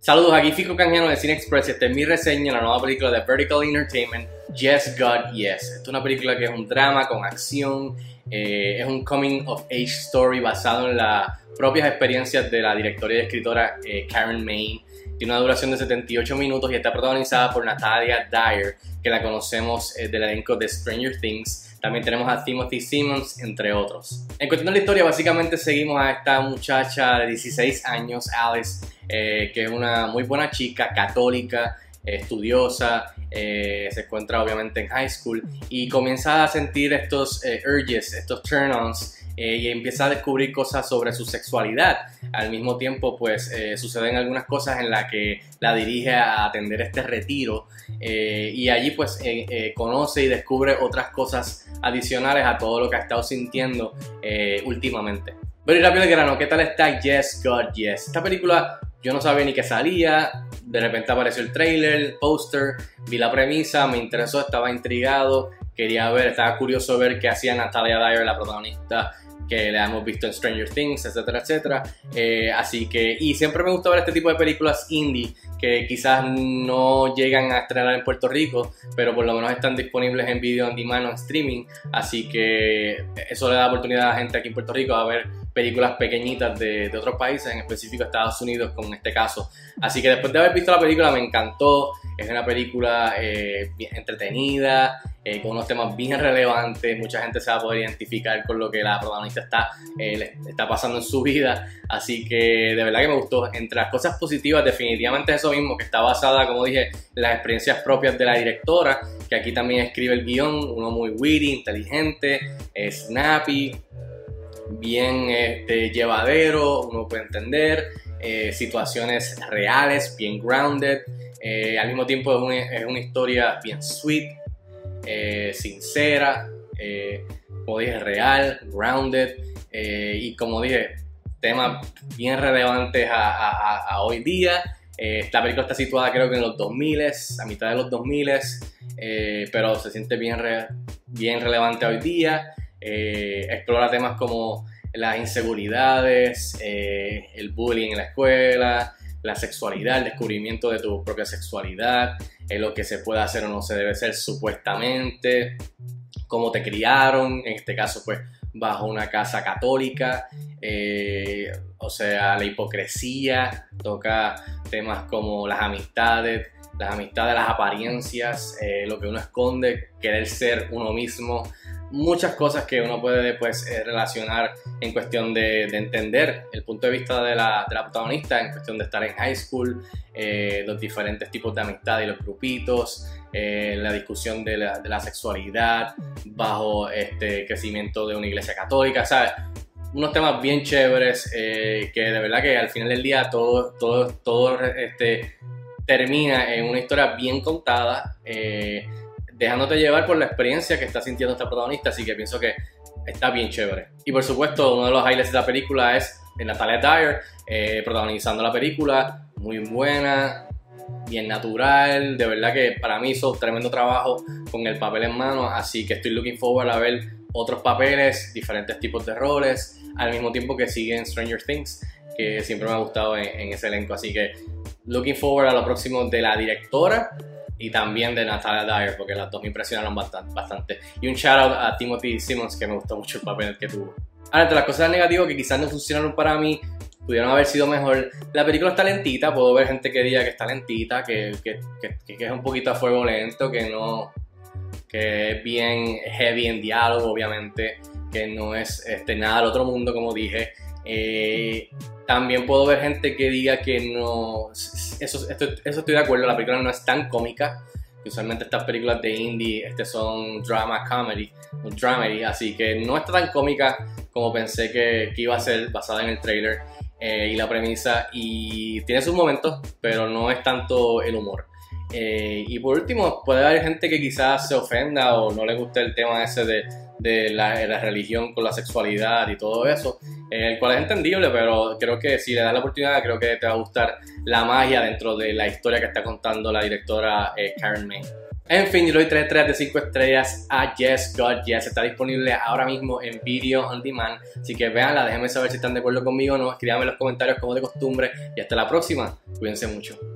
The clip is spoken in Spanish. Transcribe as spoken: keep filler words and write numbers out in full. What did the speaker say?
Saludos, aquí Fico Canjiano de Cine Express y esta es mi reseña de la nueva película de Vertical Entertainment, Yes God Yes. Esta es una película que es un drama con acción, eh, es un coming of age story basado en las propias experiencias de la directora y escritora eh, Karen Maine. Tiene una duración de setenta y ocho minutos y está protagonizada por Natalia Dyer, que la conocemos eh, del elenco de Stranger Things. También tenemos a Timothy Simons, entre otros. En cuestión de la historia, básicamente seguimos a esta muchacha de dieciséis años, Alice, eh, que es una muy buena chica, católica, eh, estudiosa, eh, se encuentra obviamente en high school y comienza a sentir estos eh, urges, estos turn-ons, eh, y empieza a descubrir cosas sobre su sexualidad. Al mismo tiempo, pues, eh, suceden algunas cosas en las que la dirige a atender este retiro, eh, y allí, pues, eh, eh, conoce y descubre otras cosas adicionales a todo lo que ha estado sintiendo eh, últimamente. Pero y rápido al grano, ¿qué tal está Yes God Yes? Esta película yo no sabía ni que salía, de repente apareció el trailer, el póster, vi la premisa, me interesó, estaba intrigado, quería ver, estaba curioso ver qué hacía Natalia Dyer, la protagonista que la hemos visto en Stranger Things, etcétera, etcétera. Eh, así que, y siempre me gusta ver este tipo de películas indie que quizás no llegan a estrenar en Puerto Rico, pero por lo menos están disponibles en video on demand o en streaming. Así que eso le da oportunidad a la gente aquí en Puerto Rico a ver películas pequeñitas de, de otros países, en específico Estados Unidos con este caso. Así que después de haber visto la película me encantó. Es una película eh, bien entretenida, eh, con unos temas bien relevantes. Mucha gente se va a poder identificar con lo que la protagonista está, eh, le está pasando en su vida. Así que de verdad que me gustó. Entre las cosas positivas, definitivamente eso mismo, que está basada, como dije, en las experiencias propias de la directora, que aquí también escribe el guión, uno muy witty, inteligente, eh, snappy, bien este, llevadero, uno puede entender, eh, situaciones reales, bien grounded. Eh, al mismo tiempo es una, es una historia bien sweet, eh, sincera, eh, como dije, real, grounded, eh, y como dije, temas bien relevantes a, a, a hoy día. Eh, esta película está situada creo que en los dos mil, a mitad de los dos mil, eh, pero se siente bien, re, bien relevante hoy día. Eh, explora temas como las inseguridades, eh, el bullying en la escuela, la sexualidad, el descubrimiento de tu propia sexualidad, eh, lo que se puede hacer o no se debe hacer supuestamente, cómo te criaron, en este caso pues bajo una casa católica, eh, o sea, la hipocresía, toca temas como las amistades, las amistades, las apariencias, eh, lo que uno esconde, querer ser uno mismo. Muchas cosas que uno puede pues, eh, relacionar en cuestión de, de entender el punto de vista de la, de la protagonista, en cuestión de estar en high school, eh, los diferentes tipos de amistad y los grupitos, eh, la discusión de la, de la sexualidad bajo este crecimiento de una iglesia católica, ¿sabes? Unos temas bien chéveres, eh, que de verdad que al final del día todo, todo, todo este, termina en una historia bien contada, eh, dejándote llevar por la experiencia que está sintiendo esta protagonista, así que pienso que está bien chévere. Y por supuesto, uno de los highlights de la película es Natalia Dyer, eh, protagonizando la película, muy buena, bien natural, de verdad que para mí hizo tremendo trabajo con el papel en mano, así que estoy looking forward a ver otros papeles, diferentes tipos de roles, al mismo tiempo que sigue en Stranger Things, que siempre me ha gustado en, en ese elenco, así que looking forward a lo próximo de la directora y también de Natalia Dyer, porque las dos me impresionaron bastante, bastante. Y un shout out a Timothy Simons, que me gustó mucho el papel que tuvo. Ahora, entre las cosas negativas que quizás no funcionaron para mí, pudieron haber sido mejor. La película está lentita, puedo ver gente que diga que está lentita, que, que, que, que es un poquito a fuego lento, que no, que es bien heavy en diálogo, obviamente, que no es este, nada del otro mundo, como dije. Eh, también puedo ver gente que diga que no, eso, esto, eso estoy de acuerdo, la película no es tan cómica, usualmente estas películas de indie este son drama comedy, un dramedy, así que no está tan cómica como pensé que, que iba a ser, basada en el trailer eh, y la premisa, y tiene sus momentos, pero no es tanto el humor. Eh, y por último, puede haber gente que quizás se ofenda o no le guste el tema ese de, de, la, de la religión con la sexualidad y todo eso, eh, el cual es entendible, pero creo que si le das la oportunidad, creo que te va a gustar la magia dentro de la historia que está contando la directora eh, Karen Maine. En fin, yo le doy tres estrellas de cinco estrellas a Yes, God, Yes. Está disponible ahora mismo en Video On Demand. Así que véanla, déjenme saber si están de acuerdo conmigo o no. Escríbanme en los comentarios como de costumbre. Y hasta la próxima. Cuídense mucho.